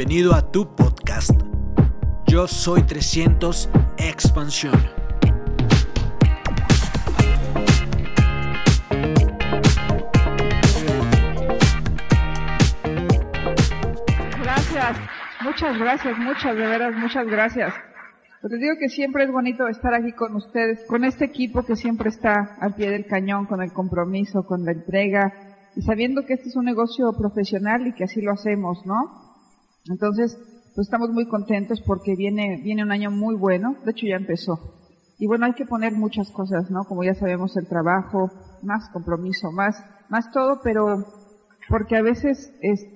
Bienvenido a tu podcast. Yo soy 300 Expansión. Gracias, muchas, de veras, muchas gracias. Pues les digo que siempre es bonito estar aquí con ustedes, con este equipo que siempre está al pie del cañón, con el compromiso, con la entrega, y sabiendo que este es un negocio profesional y que así lo hacemos, ¿no? Entonces, pues estamos muy contentos porque viene un año muy bueno, de hecho ya empezó. Y bueno, hay que poner muchas cosas, ¿no? Como ya sabemos, el trabajo, más compromiso, más todo, pero porque a veces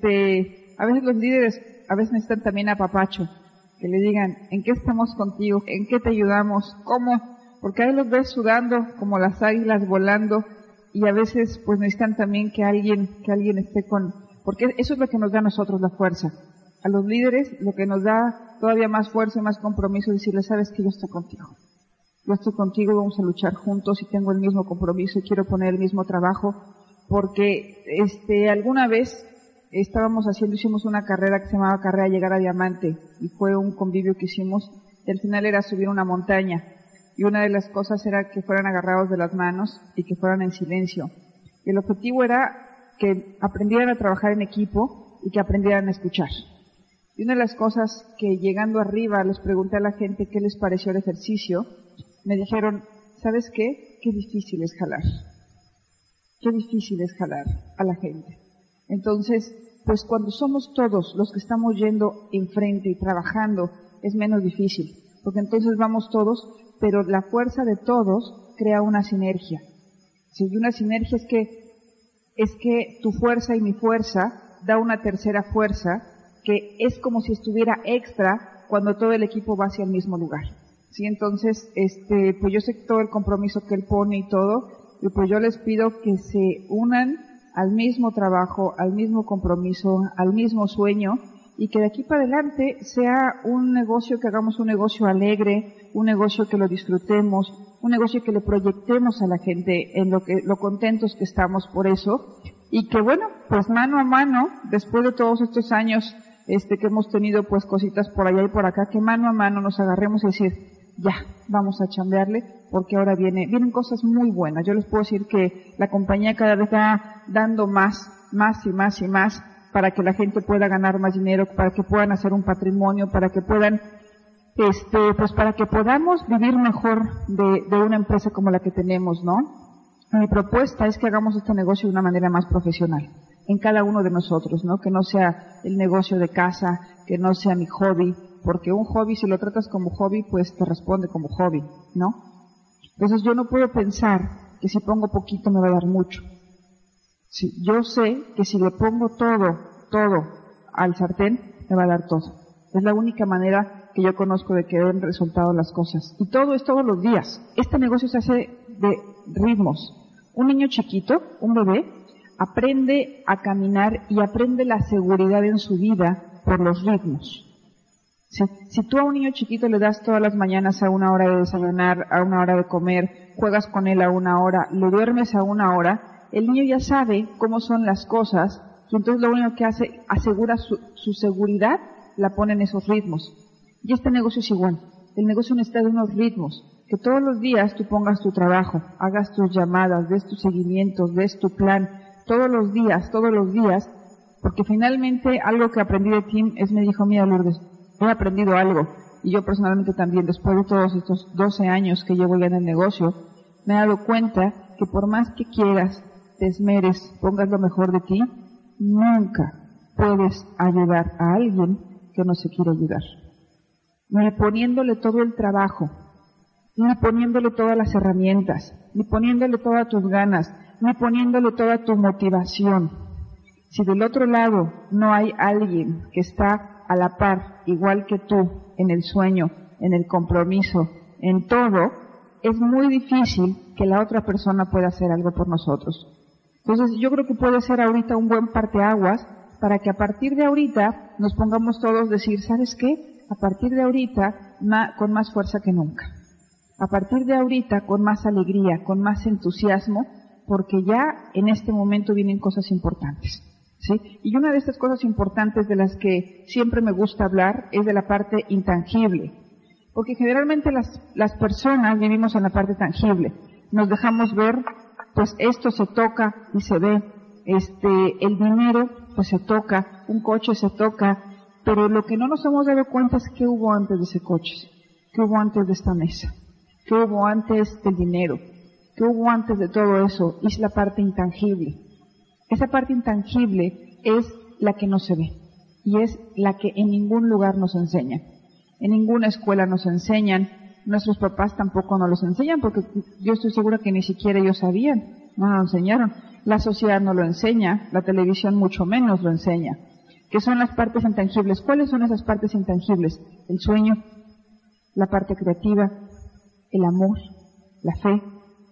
los líderes a veces necesitan también apapacho, que le digan, ¿en qué estamos contigo? ¿En qué te ayudamos? ¿Cómo? Porque ahí los ves sudando como las águilas volando y a veces pues necesitan también que alguien esté porque eso es lo que nos da a nosotros la fuerza. A los líderes lo que nos da todavía más fuerza y más compromiso es decirles, sabes que yo estoy contigo. Yo estoy contigo, vamos a luchar juntos y tengo el mismo compromiso y quiero poner el mismo trabajo porque alguna vez hicimos una carrera que se llamaba Carrera Llegar a Diamante y fue un convivio que hicimos y al final era subir una montaña y una de las cosas era que fueran agarrados de las manos y que fueran en silencio. Y el objetivo era que aprendieran a trabajar en equipo y que aprendieran a escuchar. Y una de las cosas que llegando arriba les pregunté a la gente qué les pareció el ejercicio, me dijeron, ¿sabes qué? Qué difícil es jalar. Qué difícil es jalar a la gente. Entonces, pues cuando somos todos los que estamos yendo enfrente y trabajando, es menos difícil, porque entonces vamos todos, pero la fuerza de todos crea una sinergia. Si una sinergia es que tu fuerza y mi fuerza da una tercera fuerza, que es como si estuviera extra cuando todo el equipo va hacia el mismo lugar. Sí, entonces, pues yo sé todo el compromiso que él pone y todo, y pues yo les pido que se unan al mismo trabajo, al mismo compromiso, al mismo sueño, y que de aquí para adelante sea un negocio, que hagamos un negocio alegre, un negocio que lo disfrutemos, un negocio que le proyectemos a la gente en lo contentos que estamos por eso, y que bueno, pues mano a mano, después de todos estos años que hemos tenido pues cositas por allá y por acá, que mano a mano nos agarremos y decir, ya, vamos a chambearle, porque ahora vienen cosas muy buenas. Yo les puedo decir que la compañía cada vez está dando más para que la gente pueda ganar más dinero, para que puedan hacer un patrimonio, para que puedan, pues para que podamos vivir mejor de una empresa como la que tenemos, ¿no? Mi propuesta es que hagamos este negocio de una manera más profesional, en cada uno de nosotros, ¿no? Que no sea el negocio de casa, que no sea mi hobby, porque un hobby, si lo tratas como hobby, pues te responde como hobby, ¿no? Entonces yo no puedo pensar que si pongo poquito me va a dar mucho. Sí, yo sé que si le pongo todo al sartén, me va a dar todo. Es la única manera que yo conozco de que den resultado las cosas. Y todo es todos los días. Este negocio se hace de ritmos. Un niño chiquito, un bebé, aprende a caminar y aprende la seguridad en su vida por los ritmos. Si tú a un niño chiquito le das todas las mañanas a una hora de desayunar, a una hora de comer, juegas con él a una hora, lo duermes a una hora, el niño ya sabe cómo son las cosas y entonces lo único que hace, asegura su seguridad, la pone en esos ritmos. Y este negocio es igual. El negocio necesita de unos ritmos. Que todos los días tú pongas tu trabajo, hagas tus llamadas, des tus seguimientos, des tu plan, todos los días, porque finalmente algo que aprendí de Tim me dijo, mira Lourdes, he aprendido algo, y yo personalmente también, después de todos estos 12 años que llevo ya en el negocio, me he dado cuenta que por más que quieras, te esmeres, pongas lo mejor de ti, nunca puedes ayudar a alguien que no se quiere ayudar. Ni poniéndole todo el trabajo, ni poniéndole todas las herramientas, ni poniéndole todas tus ganas, ni poniéndole toda tu motivación. Si del otro lado no hay alguien que está a la par, igual que tú, en el sueño, en el compromiso, en todo, es muy difícil que la otra persona pueda hacer algo por nosotros. Entonces yo creo que puede ser ahorita un buen parteaguas para que a partir de ahorita nos pongamos todos a decir, ¿sabes qué? A partir de ahorita con más fuerza que nunca. A partir de ahorita con más alegría, con más entusiasmo, porque ya en este momento vienen cosas importantes. ¿sí? Y una de estas cosas importantes de las que siempre me gusta hablar es de la parte intangible. Porque generalmente las personas vivimos en la parte tangible. Nos dejamos ver, pues esto se toca y se ve. El dinero, pues se toca, un coche se toca, pero lo que no nos hemos dado cuenta es qué hubo antes de ese coche, qué hubo antes de esta mesa, qué hubo antes del dinero, qué hubo antes de todo eso, y es la parte intangible. Esa parte intangible es la que no se ve, y es la que en ningún lugar nos enseñan. En ninguna escuela nos enseñan, nuestros papás tampoco nos los enseñan, porque yo estoy segura que ni siquiera ellos sabían, no nos lo enseñaron. La sociedad no lo enseña, la televisión mucho menos lo enseña. ¿Qué son las partes intangibles? ¿Cuáles son esas partes intangibles? El sueño, la parte creativa, el amor, la fe.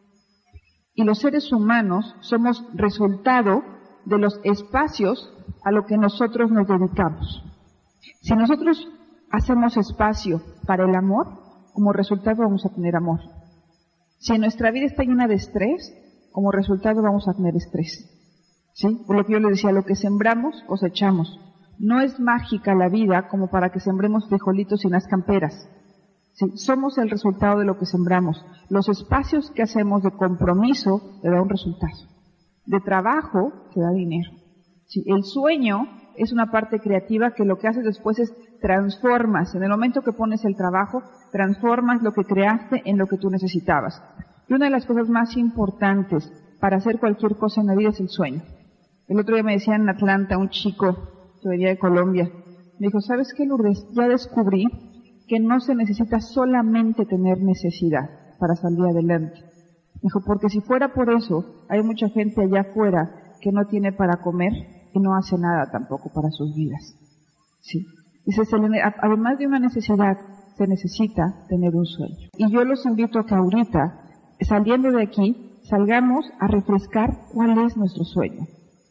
Y los seres humanos somos resultado de los espacios a lo que nosotros nos dedicamos. Si nosotros hacemos espacio para el amor, como resultado vamos a tener amor. Si en nuestra vida está llena de estrés, como resultado vamos a tener estrés. ¿Sí? Por lo que yo les decía, lo que sembramos, cosechamos. No es mágica la vida como para que sembremos frijolitos y nazcan peras. ¿Sí? Somos el resultado de lo que sembramos. Los espacios que hacemos de compromiso le da un resultado. De trabajo te da dinero. ¿Sí? El sueño es una parte creativa que lo que haces después es transformas. En el momento que pones el trabajo, transformas lo que creaste en lo que tú necesitabas. Y una de las cosas más importantes para hacer cualquier cosa en la vida es el sueño. El otro día me decía en Atlanta un chico que venía de Colombia, me dijo, ¿sabes qué, Lourdes? Ya descubrí que no se necesita solamente tener necesidad para salir adelante. Me dijo, porque si fuera por eso, hay mucha gente allá afuera que no tiene para comer y no hace nada tampoco para sus vidas. ¿Sí? Dice, además de una necesidad, se necesita tener un sueño. Y yo los invito a que ahorita, saliendo de aquí, salgamos a refrescar cuál es nuestro sueño.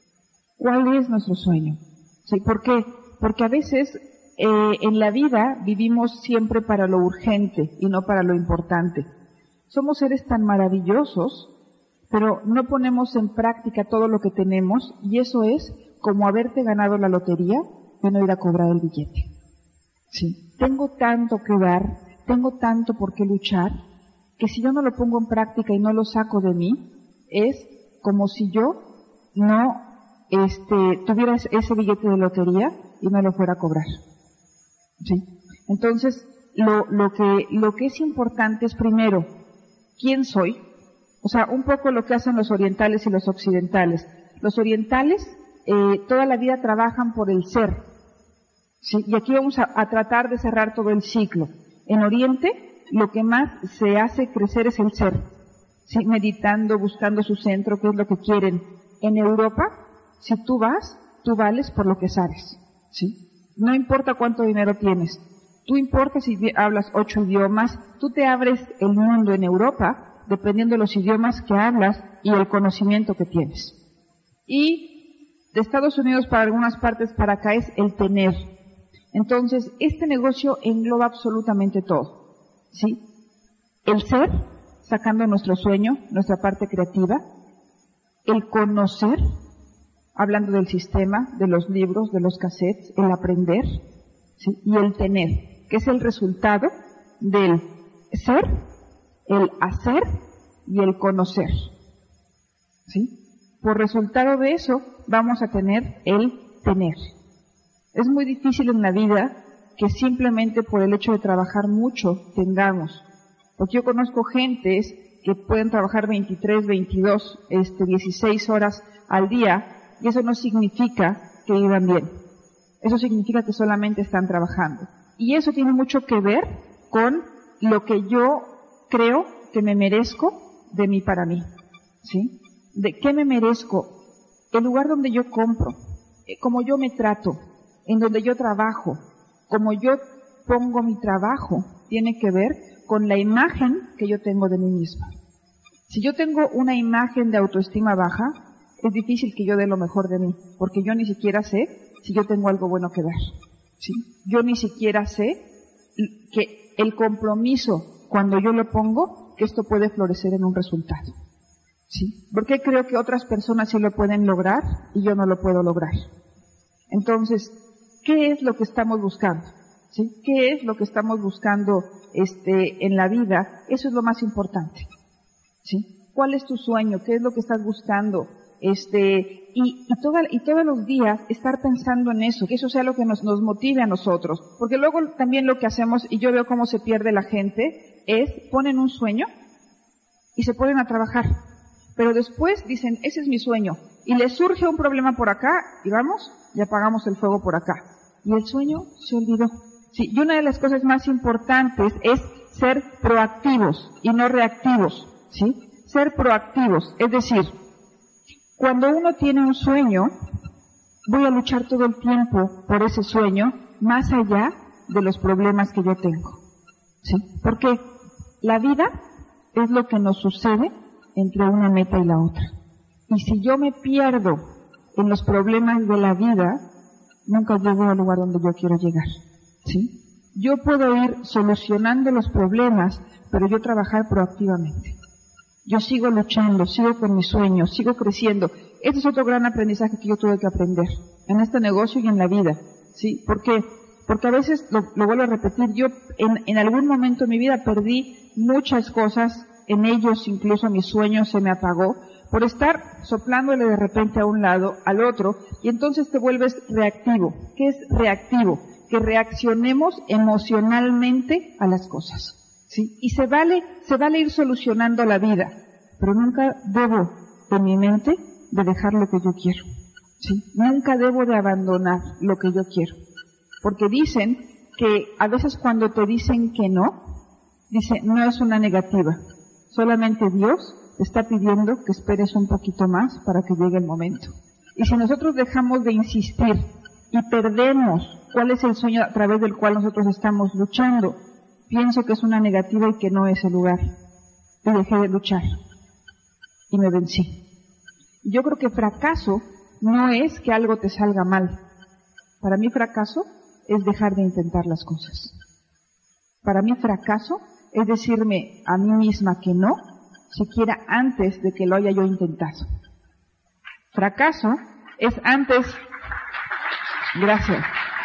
¿Cuál es nuestro sueño? ¿Sí? ¿Por qué? Porque a veces en la vida vivimos siempre para lo urgente y no para lo importante. Somos seres tan maravillosos, pero no ponemos en práctica todo lo que tenemos, y eso es como haberte ganado la lotería y no ir a cobrar el billete. ¿Sí? Tengo tanto que dar, tengo tanto por qué luchar, que si yo no lo pongo en práctica y no lo saco de mí, es como si yo no tuviera ese billete de lotería y no lo fuera a cobrar. ¿Sí? Entonces, lo que es importante es primero, ¿quién soy? O sea, un poco lo que hacen los orientales y los occidentales. Los orientales toda la vida trabajan por el ser. ¿Sí? Y aquí vamos a tratar de cerrar todo el ciclo. En Oriente, lo que más se hace crecer es el ser. ¿Sí? Meditando, buscando su centro, qué es lo que quieren. En Europa, si tú vas, tú vales por lo que sabes. ¿Sí? No importa cuánto dinero tienes. Tú importa si hablas 8 idiomas, tú te abres el mundo en Europa dependiendo de los idiomas que hablas y el conocimiento que tienes. Y de Estados Unidos para algunas partes para acá es el tener. Entonces, este negocio engloba absolutamente todo. ¿Sí? El ser, sacando nuestro sueño, nuestra parte creativa, el conocer, hablando del sistema, de los libros, de los cassettes, el aprender, ¿sí? Y el tener, que es el resultado del ser, el hacer y el conocer. ¿Sí? Por resultado de eso, vamos a tener el tener. Es muy difícil en la vida que simplemente por el hecho de trabajar mucho tengamos. Porque yo conozco gentes que pueden trabajar 23, 22, 16 horas al día, y eso no significa que vivan bien. Eso significa que solamente están trabajando. Y eso tiene mucho que ver con lo que yo creo que me merezco de mí para mí. ¿Sí? ¿De qué me merezco? El lugar donde yo compro, como yo me trato, en donde yo trabajo, como yo pongo mi trabajo, tiene que ver con la imagen que yo tengo de mí misma. Si yo tengo una imagen de autoestima baja, es difícil que yo dé lo mejor de mí, porque yo ni siquiera sé si yo tengo algo bueno que dar. ¿Sí? Yo ni siquiera sé que el compromiso, cuando yo lo pongo, que esto puede florecer en un resultado. ¿Sí? ¿Por qué creo que otras personas sí lo pueden lograr y yo no lo puedo lograr? Entonces, ¿qué es lo que estamos buscando? ¿Sí? ¿Qué es lo que estamos buscando en la vida? Eso es lo más importante. ¿Sí? ¿Cuál es tu sueño? ¿Qué es lo que estás buscando? Y todos los días estar pensando en eso, que eso sea lo que nos motive a nosotros. Porque luego también lo que hacemos, y yo veo cómo se pierde la gente, es ponen un sueño y se ponen a trabajar. Pero después dicen, ese es mi sueño. Y les surge un problema por acá, y vamos, y apagamos el fuego por acá. Y el sueño se olvidó. Sí, y una de las cosas más importantes es ser proactivos y no reactivos. ¿Sí? Ser proactivos, es decir, cuando uno tiene un sueño, voy a luchar todo el tiempo por ese sueño, más allá de los problemas que yo tengo. ¿Sí? Porque la vida es lo que nos sucede entre una meta y la otra. Y si yo me pierdo en los problemas de la vida, nunca llego al lugar donde yo quiero llegar. ¿Sí? Yo puedo ir solucionando los problemas, pero yo trabajar proactivamente. Yo sigo luchando, sigo con mis sueños, sigo creciendo. Este es otro gran aprendizaje que yo tuve que aprender en este negocio y en la vida. ¿Sí? ¿Por qué? Porque a veces, lo vuelvo a repetir, yo en algún momento de mi vida perdí muchas cosas, en ellos incluso mi sueño se me apagó, por estar soplándole de repente a un lado, al otro, y entonces te vuelves reactivo. ¿Qué es reactivo? Que reaccionemos emocionalmente a las cosas. ¿Sí? Y se vale ir solucionando la vida, pero nunca debo en mi mente de dejar lo que yo quiero. ¿Sí? Nunca debo de abandonar lo que yo quiero. Porque dicen que a veces cuando te dicen que no, dice, no es una negativa. Solamente Dios te está pidiendo que esperes un poquito más para que llegue el momento. Y si nosotros dejamos de insistir y perdemos cuál es el sueño a través del cual nosotros estamos luchando, pienso que es una negativa y que no es el lugar. Y dejé de luchar. Y me vencí. Yo creo que fracaso no es que algo te salga mal. Para mí fracaso es dejar de intentar las cosas. Para mí fracaso es decirme a mí misma que no, siquiera antes de que lo haya yo intentado. Fracaso es antes. Gracias.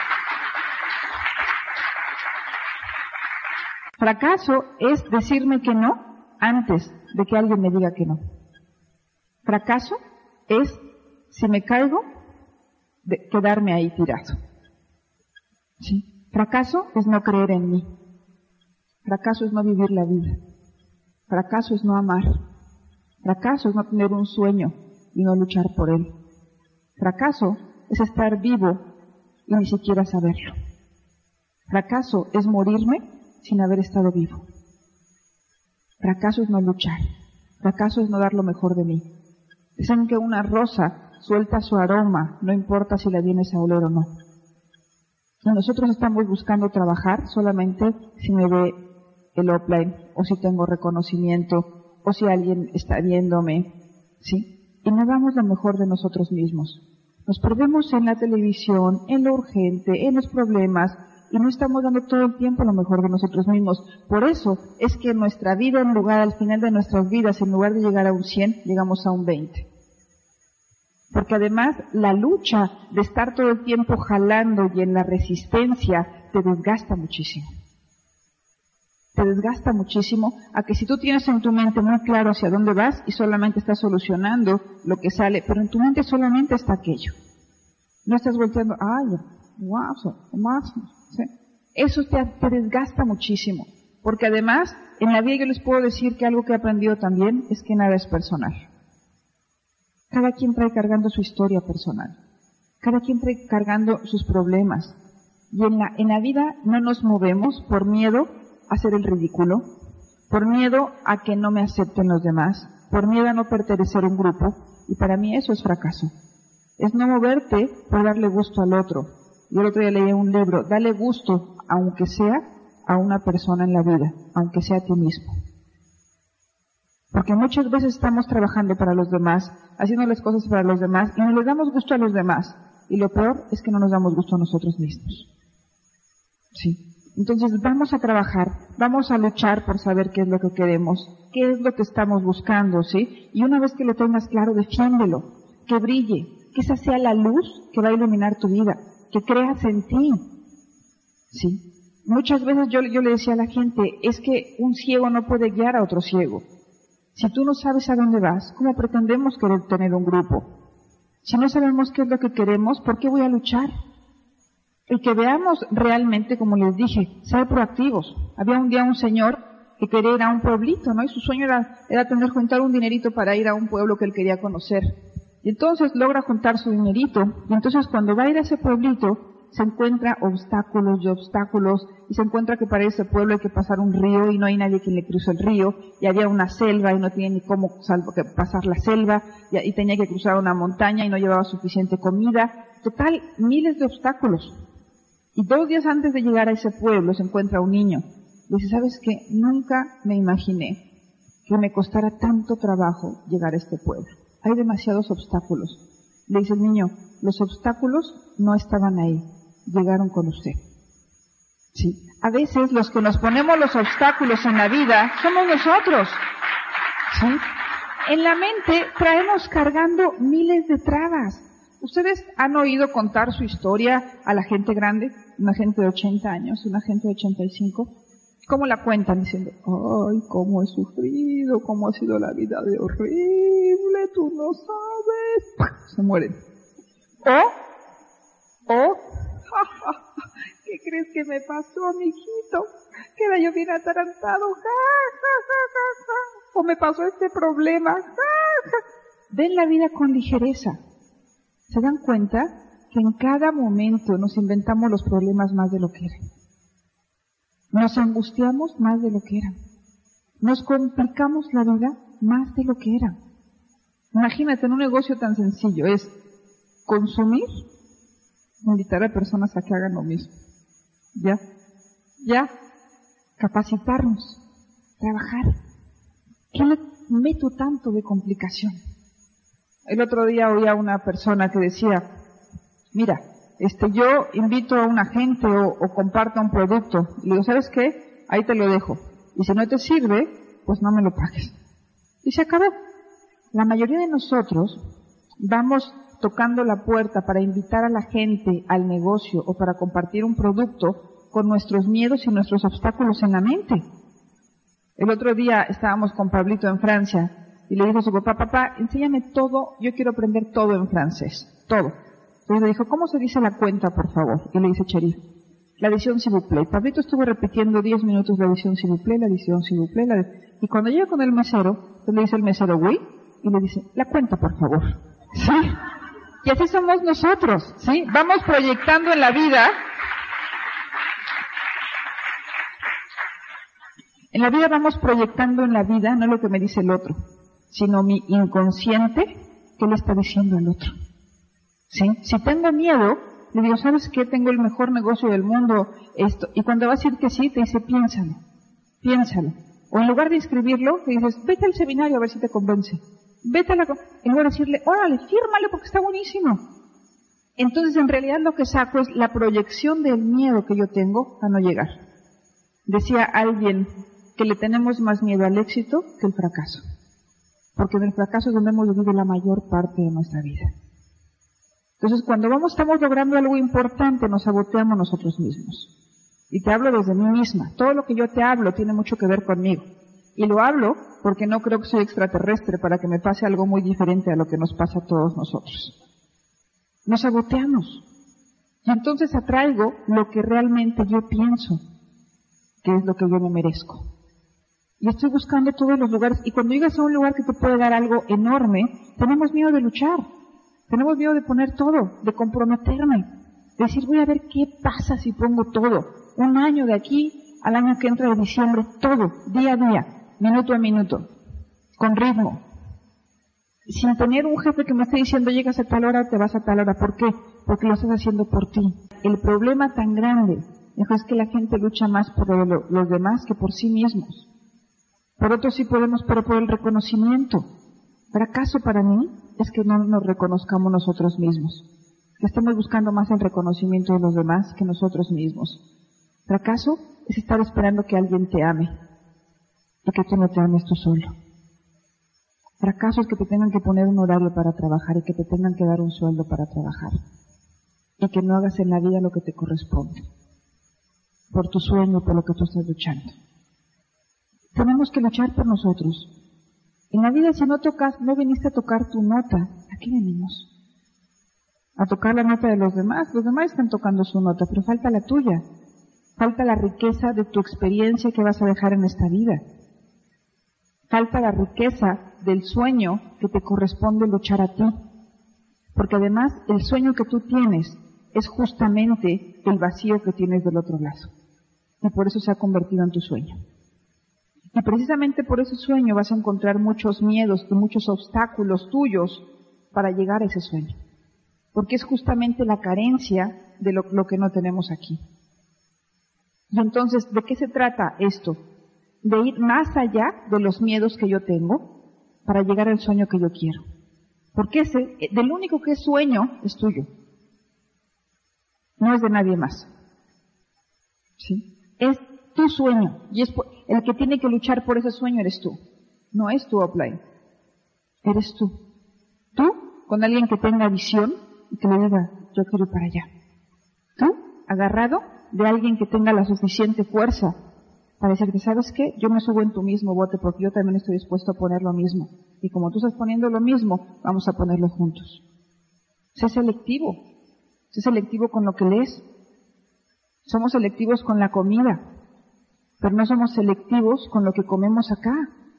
Fracaso es decirme que no antes de que alguien me diga que no. Fracaso es, si me caigo, de quedarme ahí tirado. ¿Sí? Fracaso es no creer en mí. Fracaso es no vivir la vida. Fracaso es no amar. Fracaso es no tener un sueño y no luchar por él. Fracaso es estar vivo y ni siquiera saberlo. Fracaso es morirme sin haber estado vivo. Fracaso es no luchar. Fracaso es no dar lo mejor de mí. Dicen que una rosa suelta su aroma, no importa si la vienes a oler o no. Y nosotros estamos buscando trabajar solamente si me ve el offline, o si tengo reconocimiento, o si alguien está viéndome, ¿sí? Y no damos lo mejor de nosotros mismos. Nos perdemos en la televisión, en lo urgente, en los problemas, y no estamos dando todo el tiempo lo mejor de nosotros mismos. Por eso es que en nuestra vida, al final de nuestras vidas, en lugar de llegar a un 100, llegamos a un 20. Porque además la lucha de estar todo el tiempo jalando y en la resistencia te desgasta muchísimo. Te desgasta muchísimo a que si tú tienes en tu mente muy claro hacia dónde vas y solamente estás solucionando lo que sale, pero en tu mente solamente está aquello. No estás volteando, ¿sí? Eso te desgasta muchísimo. Porque además, en la vida yo les puedo decir que algo que he aprendido también es que nada es personal. Cada quien trae cargando su historia personal. Cada quien trae cargando sus problemas. Y en la vida no nos movemos por miedo a hacer el ridículo, por miedo a que no me acepten los demás, por miedo a no pertenecer a un grupo, y para mí eso es fracaso. Es no moverte por darle gusto al otro. Yo el otro día leí un libro, dale gusto, aunque sea a una persona en la vida, aunque sea a ti mismo. Porque muchas veces estamos trabajando para los demás, haciendo las cosas para los demás, y no les damos gusto a los demás. Y lo peor es que no nos damos gusto a nosotros mismos. Sí. Entonces vamos a trabajar, vamos a luchar por saber qué es lo que queremos, qué es lo que estamos buscando, ¿sí? Y una vez que lo tengas claro, defiéndelo, que brille, que esa sea la luz que va a iluminar tu vida, que creas en ti, ¿sí? Muchas veces yo le decía a la gente, es que un ciego no puede guiar a otro ciego. Si tú no sabes a dónde vas, ¿cómo pretendemos querer tener un grupo? Si no sabemos qué es lo que queremos, ¿por qué voy a luchar? Y que veamos realmente, como les dije, ser proactivos. Había un día un señor que quería ir a un pueblito, ¿no? Y su sueño era juntar un dinerito para ir a un pueblo que él quería conocer. Y entonces logra juntar su dinerito, y entonces cuando va a ir a ese pueblito, se encuentra obstáculos y obstáculos, y se encuentra que para ese pueblo hay que pasar un río y no hay nadie quien le cruce el río, y había una selva y no tiene ni cómo pasar la selva, y tenía que cruzar una montaña y no llevaba suficiente comida. Total, miles de obstáculos. Y 2 días antes de llegar a ese pueblo se encuentra un niño. Dice, ¿sabes qué? Nunca me imaginé que me costara tanto trabajo llegar a este pueblo. Hay demasiados obstáculos. Le dice el niño, los obstáculos no estaban ahí, llegaron con usted. Sí. A veces los que nos ponemos los obstáculos en la vida somos nosotros. ¿Sí? En la mente traemos cargando miles de trabas. ¿Ustedes han oído contar su historia a la gente grande? Una gente de 80 años, una gente de 85. ¿Cómo la cuentan? Diciendo, ay, cómo he sufrido, cómo ha sido la vida de horrible, tú no sabes. Se mueren. ¿Qué crees que me pasó, mijito? Que era yo bien atarantado. O me pasó este problema. Ven la vida con ligereza. ¿Se dan cuenta que en cada momento nos inventamos los problemas más de lo que eran? Nos angustiamos más de lo que eran. Nos complicamos la vida más de lo que era. Imagínate, en un negocio tan sencillo es consumir, invitar a personas a que hagan lo mismo. Ya, capacitarnos, trabajar. ¿Qué le meto tanto de complicación? El otro día oía a una persona que decía, mira, yo invito a una gente o comparto un producto. Y le digo, ¿sabes qué? Ahí te lo dejo. Y si no te sirve, pues no me lo pagues. Y se acabó. La mayoría de nosotros vamos tocando la puerta para invitar a la gente al negocio o para compartir un producto con nuestros miedos y nuestros obstáculos en la mente. El otro día estábamos con Pablito en Francia y le dijo a su papá, enséñame todo, yo quiero aprender todo en francés, todo. Entonces le dijo, ¿cómo se dice la cuenta, por favor? Y le dice Cherif, la addition s'il vous plaît. Pablito estuvo repitiendo 10 minutos la addition s'il vous plaît, la addition s'il vous plaît. Y cuando llega con el mesero, le dice el mesero, oui, y le dice, la cuenta, por favor. ¿Sí? Y así somos nosotros, ¿sí? Vamos proyectando en la vida. En la vida vamos proyectando en la vida, no lo que me dice el otro, sino mi inconsciente, ¿qué le está diciendo el otro? ¿Sí? Si tengo miedo, le digo, ¿sabes qué? Tengo el mejor negocio del mundo, esto. Y cuando va a decir que sí, te dice, piénsalo. O en lugar de escribirlo, le dices, vete al seminario a ver si te convence. En lugar de decirle, órale, fírmale porque está buenísimo. Entonces, en realidad lo que saco es la proyección del miedo que yo tengo a no llegar. Decía alguien que le tenemos más miedo al éxito que al fracaso. Porque en el fracaso es donde hemos vivido la mayor parte de nuestra vida. Entonces, cuando estamos logrando algo importante, nos saboteamos nosotros mismos. Y te hablo desde mí misma. Todo lo que yo te hablo tiene mucho que ver conmigo. Y lo hablo porque no creo que soy extraterrestre para que me pase algo muy diferente a lo que nos pasa a todos nosotros. Nos saboteamos. Y entonces atraigo lo que realmente yo pienso, que es lo que yo me merezco. Y estoy buscando todos los lugares. Y cuando llegas a un lugar que te puede dar algo enorme, tenemos miedo de luchar. Tenemos miedo de poner todo, de comprometerme. De decir, voy a ver qué pasa si pongo todo. Un año de aquí al año que entra de diciembre, todo, día a día, minuto a minuto, con ritmo. Sin tener un jefe que me esté diciendo, llegas a tal hora, te vas a tal hora. ¿Por qué? Porque lo estás haciendo por ti. El problema tan grande es que la gente lucha más por los demás que por sí mismos. Por otros sí podemos, pero por el reconocimiento. Fracaso para mí es que no nos reconozcamos nosotros mismos. Que estamos buscando más el reconocimiento de los demás que nosotros mismos. Fracaso es estar esperando que alguien te ame y que tú no te ames tú solo. Fracaso es que te tengan que poner un horario para trabajar y que te tengan que dar un sueldo para trabajar y que no hagas en la vida lo que te corresponde por tu sueño, por lo que tú estás luchando. Tenemos que luchar por nosotros. En la vida, si no viniste a tocar tu nota, ¿a qué venimos? A tocar la nota de los demás. Los demás están tocando su nota, pero falta la tuya. Falta la riqueza de tu experiencia que vas a dejar en esta vida. Falta la riqueza del sueño que te corresponde luchar a ti. Porque además, el sueño que tú tienes es justamente el vacío que tienes del otro lado. Y por eso se ha convertido en tu sueño. Y precisamente por ese sueño vas a encontrar muchos miedos y muchos obstáculos tuyos para llegar a ese sueño. Porque es justamente la carencia de lo que no tenemos aquí. Y entonces, ¿de qué se trata esto? De ir más allá de los miedos que yo tengo para llegar al sueño que yo quiero. Porque del único que es sueño es tuyo. No es de nadie más. ¿Sí? Es tu sueño. Y el que tiene que luchar por ese sueño eres tú. No es tu upline. Eres tú. Tú, con alguien que tenga visión y que le diga, yo quiero ir para allá. Tú, agarrado de alguien que tenga la suficiente fuerza para decirte, ¿sabes qué? Yo me subo en tu mismo bote porque yo también estoy dispuesto a poner lo mismo. Y como tú estás poniendo lo mismo, vamos a ponerlo juntos. Sé selectivo. Sé selectivo con lo que lees. Somos selectivos con la comida, pero no somos selectivos con lo que comemos acá.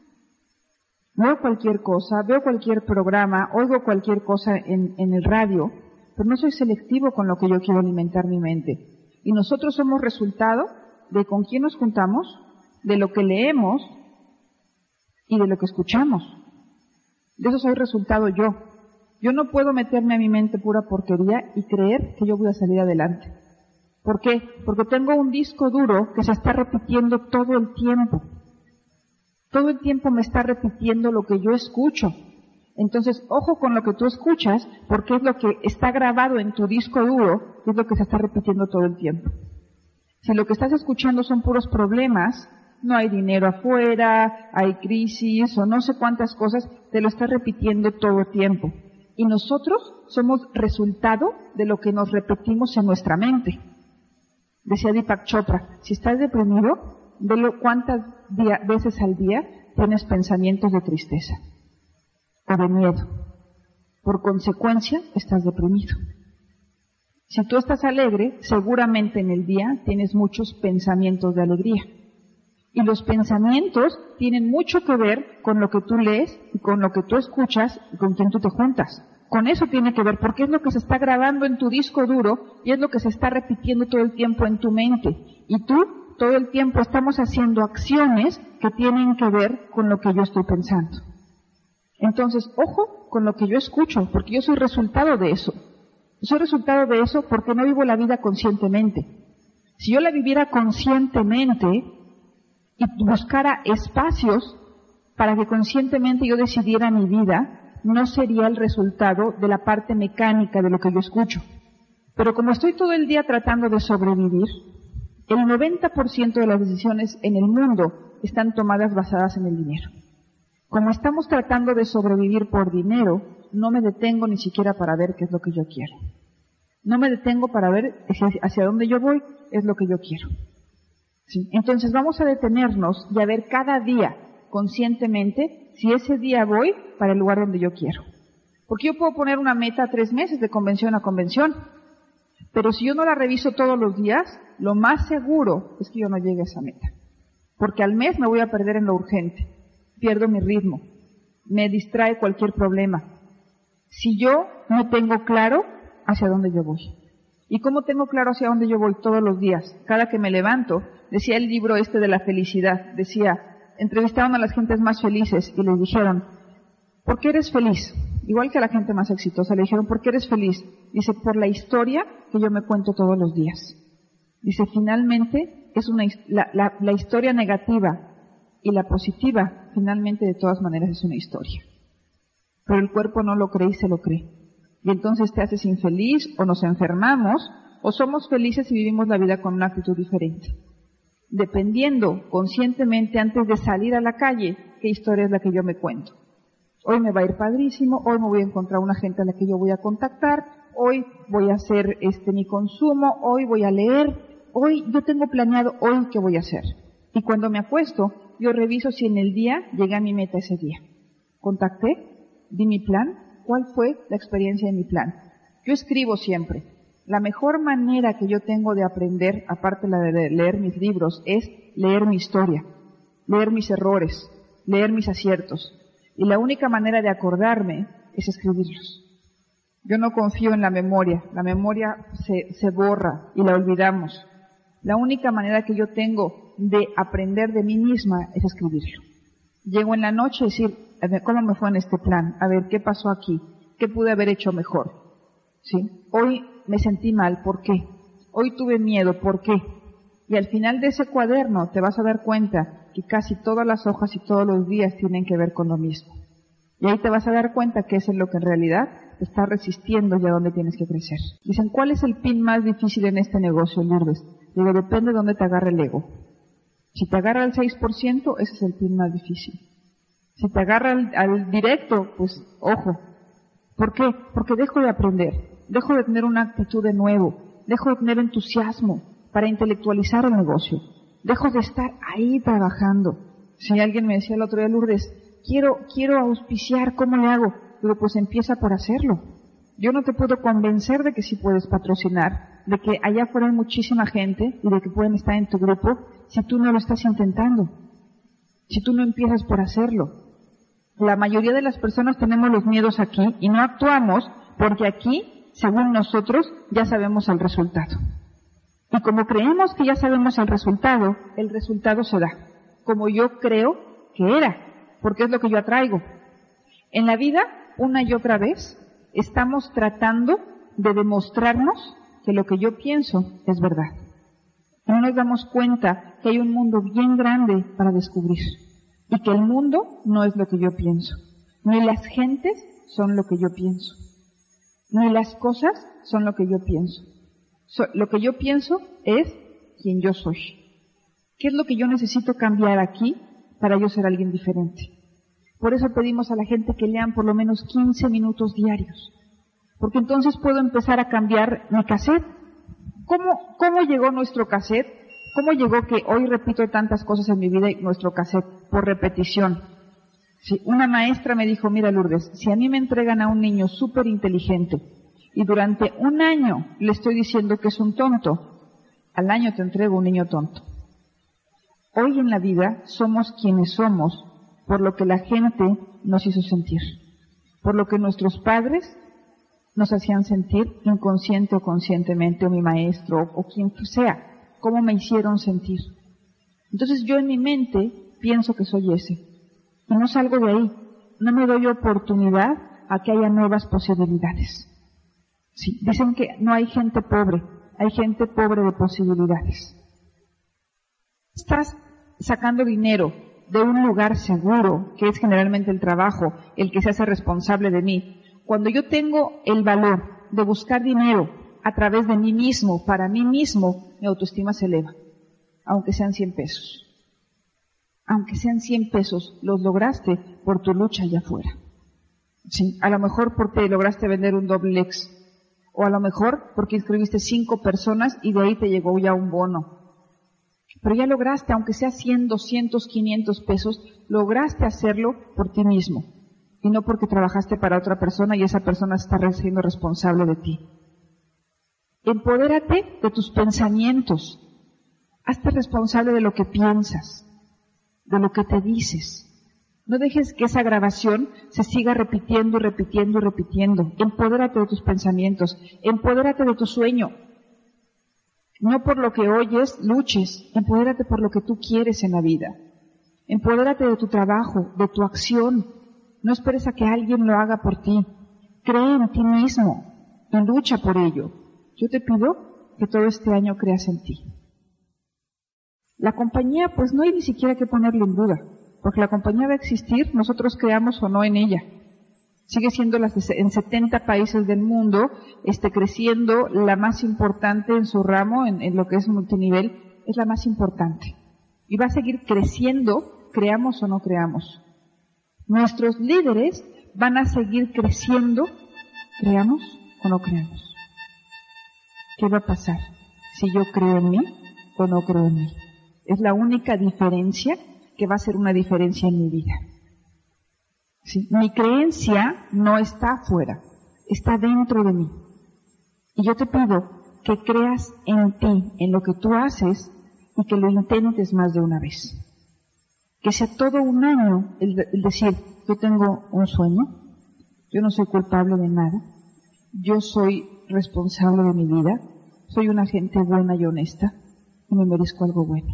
Veo cualquier cosa, veo cualquier programa, oigo cualquier cosa en el radio, pero no soy selectivo con lo que yo quiero alimentar mi mente. Y nosotros somos resultado de con quién nos juntamos, de lo que leemos y de lo que escuchamos. De eso soy resultado yo. Yo no puedo meterme a mi mente pura porquería y creer que yo voy a salir adelante. ¿Por qué? Porque tengo un disco duro que se está repitiendo todo el tiempo. Todo el tiempo me está repitiendo lo que yo escucho. Entonces, ojo con lo que tú escuchas, porque es lo que está grabado en tu disco duro, es lo que se está repitiendo todo el tiempo. Si lo que estás escuchando son puros problemas, no hay dinero afuera, hay crisis o no sé cuántas cosas, te lo está repitiendo todo el tiempo. Y nosotros somos resultado de lo que nos repetimos en nuestra mente. Decía Deepak Chopra, si estás deprimido, velo cuántas veces al día tienes pensamientos de tristeza o de miedo. Por consecuencia, estás deprimido. Si tú estás alegre, seguramente en el día tienes muchos pensamientos de alegría. Y los pensamientos tienen mucho que ver con lo que tú lees y con lo que tú escuchas y con quién tú te juntas. Con eso tiene que ver, porque es lo que se está grabando en tu disco duro y es lo que se está repitiendo todo el tiempo en tu mente. Y tú, todo el tiempo, estamos haciendo acciones que tienen que ver con lo que yo estoy pensando. Entonces, ojo con lo que yo escucho, porque yo soy resultado de eso. Yo soy resultado de eso porque no vivo la vida conscientemente. Si yo la viviera conscientemente y buscara espacios para que conscientemente yo decidiera mi vida, no sería el resultado de la parte mecánica de lo que yo escucho. Pero como estoy todo el día tratando de sobrevivir, el 90% de las decisiones en el mundo están tomadas basadas en el dinero. Como estamos tratando de sobrevivir por dinero, no me detengo ni siquiera para ver qué es lo que yo quiero. No me detengo para ver hacia dónde yo voy, es lo que yo quiero. ¿Sí? Entonces vamos a detenernos y a ver cada día conscientemente si ese día voy para el lugar donde yo quiero. Porque yo puedo poner una meta 3 meses de convención a convención, pero si yo no la reviso todos los días, lo más seguro es que yo no llegue a esa meta. Porque al mes me voy a perder en lo urgente, pierdo mi ritmo, me distrae cualquier problema. Si yo no tengo claro hacia dónde yo voy. ¿Y cómo tengo claro hacia dónde yo voy todos los días? Cada que me levanto, decía el libro de la felicidad, decía, entrevistaron a las gentes más felices y les dijeron, ¿por qué eres feliz? Igual que a la gente más exitosa, le dijeron, ¿por qué eres feliz? Dice, por la historia que yo me cuento todos los días. Dice, finalmente, es la historia negativa y la positiva, finalmente, de todas maneras, es una historia. Pero el cuerpo no lo cree y se lo cree. Y entonces te haces infeliz, o nos enfermamos, o somos felices y vivimos la vida con una actitud diferente. Dependiendo conscientemente antes de salir a la calle, qué historia es la que yo me cuento. Hoy me va a ir padrísimo, hoy me voy a encontrar una gente a la que yo voy a contactar, hoy voy a hacer mi consumo, hoy voy a leer, hoy yo tengo planeado hoy qué voy a hacer. Y cuando me acuesto, yo reviso si en el día llegué a mi meta ese día. Contacté, di mi plan, ¿cuál fue la experiencia de mi plan? Yo escribo siempre. La mejor manera que yo tengo de aprender, aparte de leer mis libros, es leer mi historia, leer mis errores, leer mis aciertos. Y la única manera de acordarme es escribirlos. Yo no confío en la memoria se borra y la olvidamos. La única manera que yo tengo de aprender de mí misma es escribirlo. Llego en la noche a decir, a ver, ¿cómo me fue en este plan? A ver, ¿qué pasó aquí? ¿Qué pude haber hecho mejor? ¿Sí? Hoy me sentí mal, ¿por qué? Hoy tuve miedo, ¿por qué? Y al final de ese cuaderno te vas a dar cuenta que casi todas las hojas y todos los días tienen que ver con lo mismo. Y ahí te vas a dar cuenta que eso es lo que en realidad te está resistiendo y a dónde tienes que crecer. Dicen, ¿cuál es el pin más difícil en este negocio, Lourdes? Digo, depende de dónde te agarre el ego. Si te agarra al 6%, ese es el pin más difícil. Si te agarra al directo, pues ojo. ¿Por qué? Porque dejo de aprender, dejo de tener una actitud de nuevo, dejo de tener entusiasmo para intelectualizar el negocio, dejo de estar ahí trabajando. Si alguien me decía el otro día, Lourdes, quiero auspiciar, ¿cómo le hago? Digo, pues empieza por hacerlo. Yo no te puedo convencer de que sí puedes patrocinar, de que allá afuera hay muchísima gente y de que pueden estar en tu grupo si tú no lo estás intentando, si tú no empiezas por hacerlo. La mayoría de las personas tenemos los miedos aquí y no actuamos porque aquí, según nosotros, ya sabemos el resultado. Y como creemos que ya sabemos el resultado se da, como yo creo que era, porque es lo que yo atraigo. En la vida, una y otra vez, estamos tratando de demostrarnos que lo que yo pienso es verdad. No nos damos cuenta que hay un mundo bien grande para descubrir y que el mundo no es lo que yo pienso, ni las gentes son lo que yo pienso, ni las cosas son lo que yo pienso. Lo que yo pienso es quien yo soy. ¿Qué es lo que yo necesito cambiar aquí para yo ser alguien diferente? Por eso pedimos a la gente que lean por lo menos 15 minutos diarios, porque entonces puedo empezar a cambiar mi cassette. ¿Cómo llegó nuestro cassette? ¿Cómo llegó que hoy repito tantas cosas en mi vida y nuestro cassette? Por repetición. Sí, una maestra me dijo, mira Lourdes, si a mí me entregan a un niño súper inteligente y durante un año le estoy diciendo que es un tonto, al año te entrego un niño tonto. Hoy en la vida somos quienes somos por lo que la gente nos hizo sentir, por lo que nuestros padres nos hacían sentir inconsciente o conscientemente, o mi maestro, o quien sea, cómo me hicieron sentir. Entonces yo en mi mente pienso que soy ese, y no salgo de ahí, no me doy oportunidad a que haya nuevas posibilidades. Sí, dicen que no hay gente pobre, hay gente pobre de posibilidades. Estás sacando dinero de un lugar seguro, que es generalmente el trabajo, el que se hace responsable de mí. Cuando yo tengo el valor de buscar dinero a través de mí mismo, para mí mismo, mi autoestima se eleva, aunque sean 100 pesos. Aunque sean 100 pesos, los lograste por tu lucha allá afuera. Sí, a lo mejor porque lograste vender un Doblex, o a lo mejor porque inscribiste 5 personas y de ahí te llegó ya un bono. Pero ya lograste, aunque sea 100, 200, 500 pesos, lograste hacerlo por ti mismo. Y no porque trabajaste para otra persona y esa persona está siendo responsable de ti. Empodérate de tus pensamientos. Hazte responsable de lo que piensas, de lo que te dices. No dejes que esa grabación se siga repitiendo y repitiendo y repitiendo. Empodérate de tus pensamientos. Empodérate de tu sueño. No por lo que oyes, luches. Empodérate por lo que tú quieres en la vida. Empodérate de tu trabajo, de tu acción. No esperes a que alguien lo haga por ti. Cree en ti mismo y lucha por ello. Yo te pido que todo este año creas en ti. La compañía, pues no hay ni siquiera que ponerle en duda, porque la compañía va a existir, nosotros creamos o no en ella. Sigue siendo en 70 países del mundo, creciendo, la más importante en su ramo, en lo que es multinivel, es la más importante. Y va a seguir creciendo, creamos o no creamos. Nuestros líderes van a seguir creciendo, creamos o no creamos. ¿Qué va a pasar si yo creo en mí o no creo en mí? Es la única diferencia que va a ser una diferencia en mi vida. ¿Sí? Mi creencia no está afuera, está dentro de mí. Y yo te pido que creas en ti, en lo que tú haces, y que lo intentes más de una vez. Que sea todo un año el decir, yo tengo un sueño, yo no soy culpable de nada, yo soy responsable de mi vida, soy una gente buena y honesta, y me merezco algo bueno.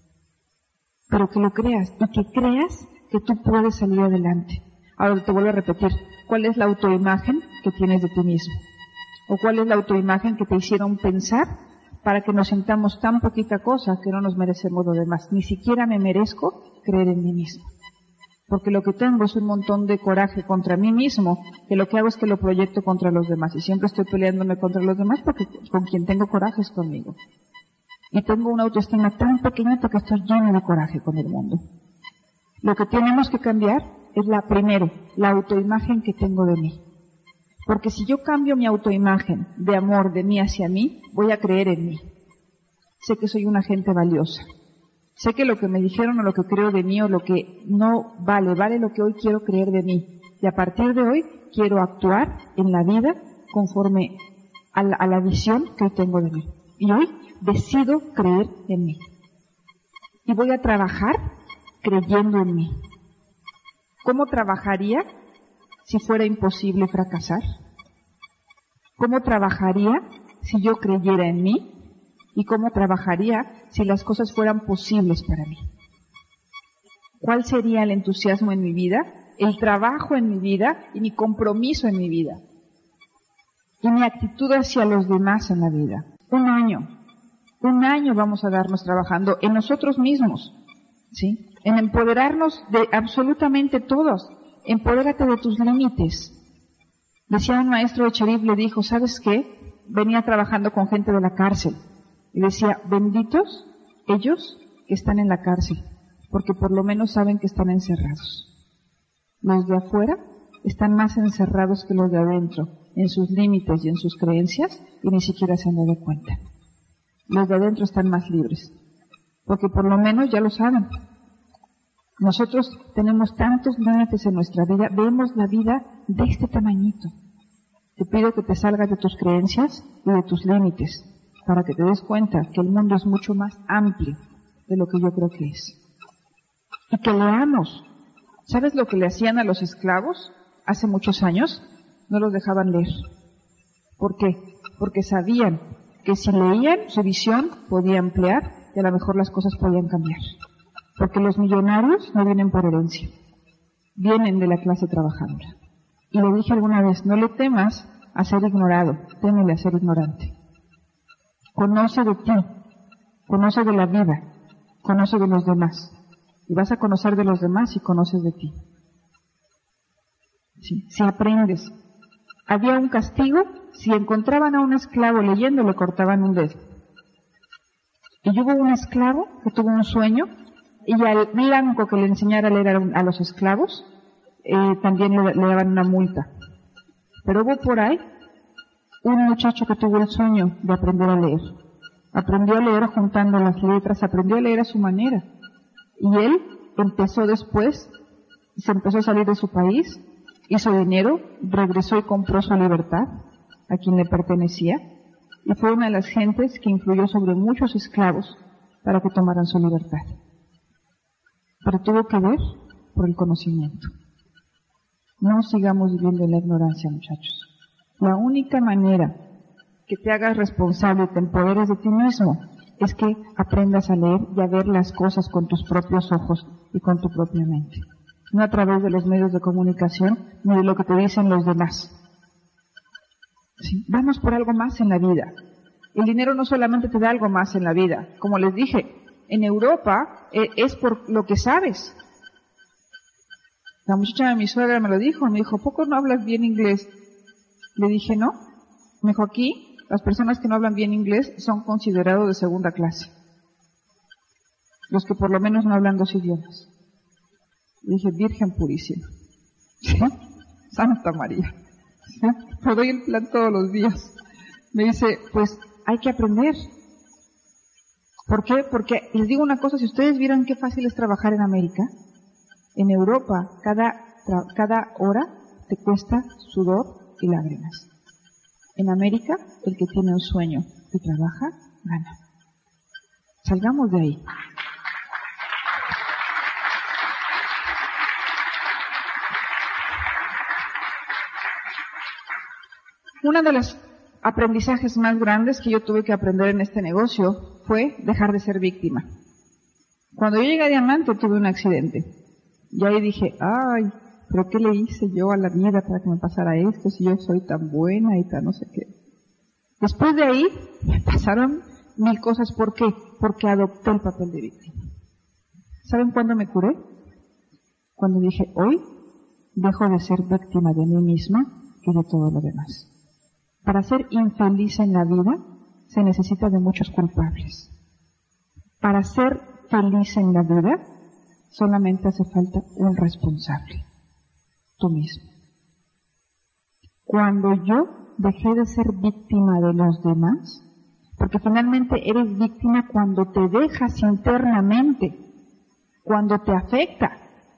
Pero que lo creas, y que creas que tú puedes salir adelante. Ahora te vuelvo a repetir, ¿cuál es la autoimagen que tienes de ti mismo? ¿O cuál es la autoimagen que te hicieron pensar para que nos sintamos tan poquita cosa que no nos merecemos lo demás? Ni siquiera me merezco creer en mí mismo. Porque lo que tengo es un montón de coraje contra mí mismo, que lo que hago es que lo proyecto contra los demás. Y siempre estoy peleándome contra los demás porque con quien tengo coraje es conmigo. Y tengo una autoestima tan pequeñita que estoy lleno de coraje con el mundo. Lo que tenemos que cambiar es la autoimagen que tengo de mí. Porque si yo cambio mi autoimagen de amor de mí hacia mí, voy a creer en mí. Sé que soy una gente valiosa. Sé que lo que me dijeron o lo que creo de mí o lo que no vale lo que hoy quiero creer de mí. Y a partir de hoy quiero actuar en la vida conforme a la visión que hoy tengo de mí. Y hoy decido creer en mí. Y voy a trabajar creyendo en mí. ¿Cómo trabajaría si fuera imposible fracasar? ¿Cómo trabajaría si yo creyera en mí? ¿Y cómo trabajaría si las cosas fueran posibles para mí? ¿Cuál sería el entusiasmo en mi vida, el trabajo en mi vida y mi compromiso en mi vida? Y mi actitud hacia los demás en la vida. Un año vamos a darnos trabajando en nosotros mismos, ¿sí? En empoderarnos de absolutamente todos. Empodérate de tus límites. Decía un maestro de Cherif, le dijo, ¿sabes qué? Venía trabajando con gente de la cárcel. Y decía, benditos ellos que están en la cárcel, porque por lo menos saben que están encerrados. Los de afuera están más encerrados que los de adentro, en sus límites y en sus creencias, y ni siquiera se han dado cuenta. Los de adentro están más libres, porque por lo menos ya lo saben. Nosotros tenemos tantos límites en nuestra vida, vemos la vida de este tamañito. Te pido que te salgas de tus creencias y de tus límites, para que te des cuenta que el mundo es mucho más amplio de lo que yo creo que es. Y que leamos. ¿Sabes lo que le hacían a los esclavos hace muchos años? No los dejaban leer. ¿Por qué? Porque sabían que si leían, su visión podía ampliar y a lo mejor las cosas podían cambiar. Porque los millonarios no vienen por herencia, vienen de la clase trabajadora. Y lo dije alguna vez, no le temas a ser ignorado, témele a ser ignorante. Conoce de ti, conoce de la vida, conoce de los demás. Y vas a conocer de los demás si conoces de ti. ¿Sí? Si aprendes. Había un castigo, si encontraban a un esclavo leyendo, le cortaban un dedo. Y hubo un esclavo que tuvo un sueño, y al blanco que le enseñara a leer a los esclavos, también le daban una multa. Pero hubo por ahí un muchacho que tuvo el sueño de aprender a leer. Aprendió a leer juntando las letras, aprendió a leer a su manera. Y él empezó después, se empezó a salir de su país, hizo dinero, regresó y compró su libertad a quien le pertenecía, y fue una de las gentes que influyó sobre muchos esclavos para que tomaran su libertad. Pero tuvo que ver por el conocimiento. No sigamos viviendo en la ignorancia, muchachos. La única manera que te hagas responsable y te empoderes de ti mismo es que aprendas a leer y a ver las cosas con tus propios ojos y con tu propia mente. No a través de los medios de comunicación ni de lo que te dicen los demás. ¿Sí? Vamos por algo más en la vida. El dinero no solamente te da algo más en la vida. Como les dije, en Europa es por lo que sabes. La muchacha de mi suegra me lo dijo, me dijo, ¿poco no hablas bien inglés? Le dije, no. Me dijo, aquí las personas que no hablan bien inglés son considerados de segunda clase. Los que por lo menos no hablan 2 idiomas. Le dije, Virgen purísima. ¿Sí? Santa María. ¿Sí? Te doy el plan todos los días. Me dice, pues hay que aprender. ¿Por qué? Porque les digo una cosa, si ustedes vieran qué fácil es trabajar en América, en Europa cada hora te cuesta sudor y lágrimas. En América, el que tiene un sueño y trabaja, gana. Salgamos de ahí. Uno de los aprendizajes más grandes que yo tuve que aprender en este negocio fue dejar de ser víctima. Cuando yo llegué a Diamante tuve un accidente. Y ahí dije, ay, pero ¿qué le hice yo a la vida para que me pasara esto si yo soy tan buena y tan no sé qué? Después de ahí me pasaron 1000 cosas. ¿Por qué? Porque adopté el papel de víctima. ¿Saben cuándo me curé? Cuando dije, hoy dejo de ser víctima de mí misma y de todo lo demás. Para ser infeliz en la vida se necesita de muchos culpables. Para ser feliz en la vida solamente hace falta un responsable, tú mismo. Cuando yo dejé de ser víctima de los demás, porque finalmente eres víctima cuando te dejas internamente, cuando te afecta.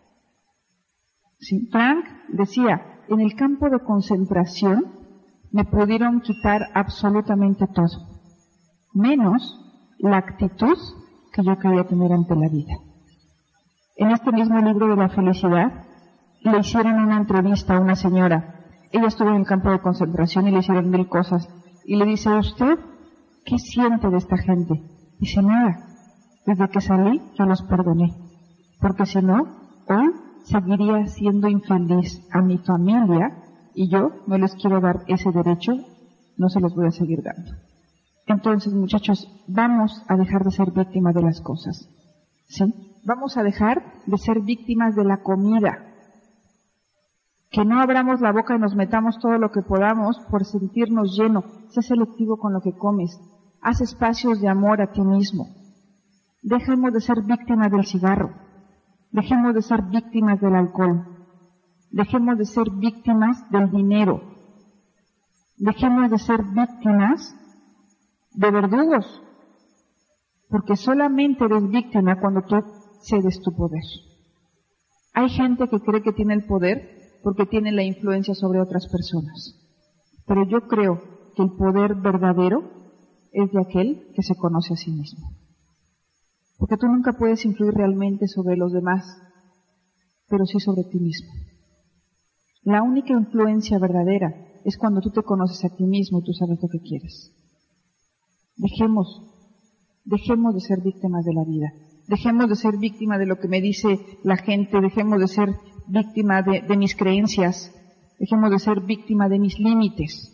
Sí, Frank decía, en el campo de concentración me pudieron quitar absolutamente todo, menos la actitud que yo quería tener ante la vida. En este mismo libro de la felicidad, le hicieron una entrevista a una señora. Ella estuvo en el campo de concentración y le hicieron 1000 cosas. Y le dice, ¿usted qué siente de esta gente? Dice, nada. Desde que salí, yo los perdoné. Porque si no, hoy seguiría siendo infeliz a mi familia y yo no les quiero dar ese derecho, no se los voy a seguir dando. Entonces, muchachos, vamos a dejar de ser víctimas de las cosas. ¿Sí? Vamos a dejar de ser víctimas de la comida. Que no abramos la boca y nos metamos todo lo que podamos por sentirnos lleno. Sé selectivo con lo que comes. Haz espacios de amor a ti mismo. Dejemos de ser víctimas del cigarro. Dejemos de ser víctimas del alcohol. Dejemos de ser víctimas del dinero. Dejemos de ser víctimas de verdugos. Porque solamente eres víctima cuando tú cedes tu poder. Hay gente que cree que tiene el poder porque tiene la influencia sobre otras personas. Pero yo creo que el poder verdadero es de aquel que se conoce a sí mismo. Porque tú nunca puedes influir realmente sobre los demás, pero sí sobre ti mismo. La única influencia verdadera es cuando tú te conoces a ti mismo y tú sabes lo que quieres. Dejemos de ser víctimas de la vida. Dejemos de ser víctimas de lo que me dice la gente. Dejemos de ser víctimas de mis creencias. Dejemos de ser víctimas de mis límites.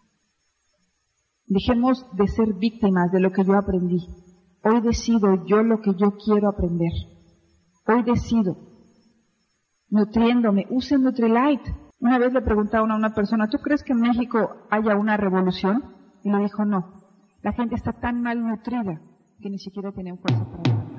Dejemos de ser víctimas de lo que yo aprendí. Hoy decido yo lo que yo quiero aprender. Hoy decido. Nutriéndome. Use Nutrilite. Una vez le preguntaron a una persona, ¿tú crees que en México haya una revolución? Y le dijo, no. La gente está tan mal nutrida que ni siquiera tienen fuerza para nada.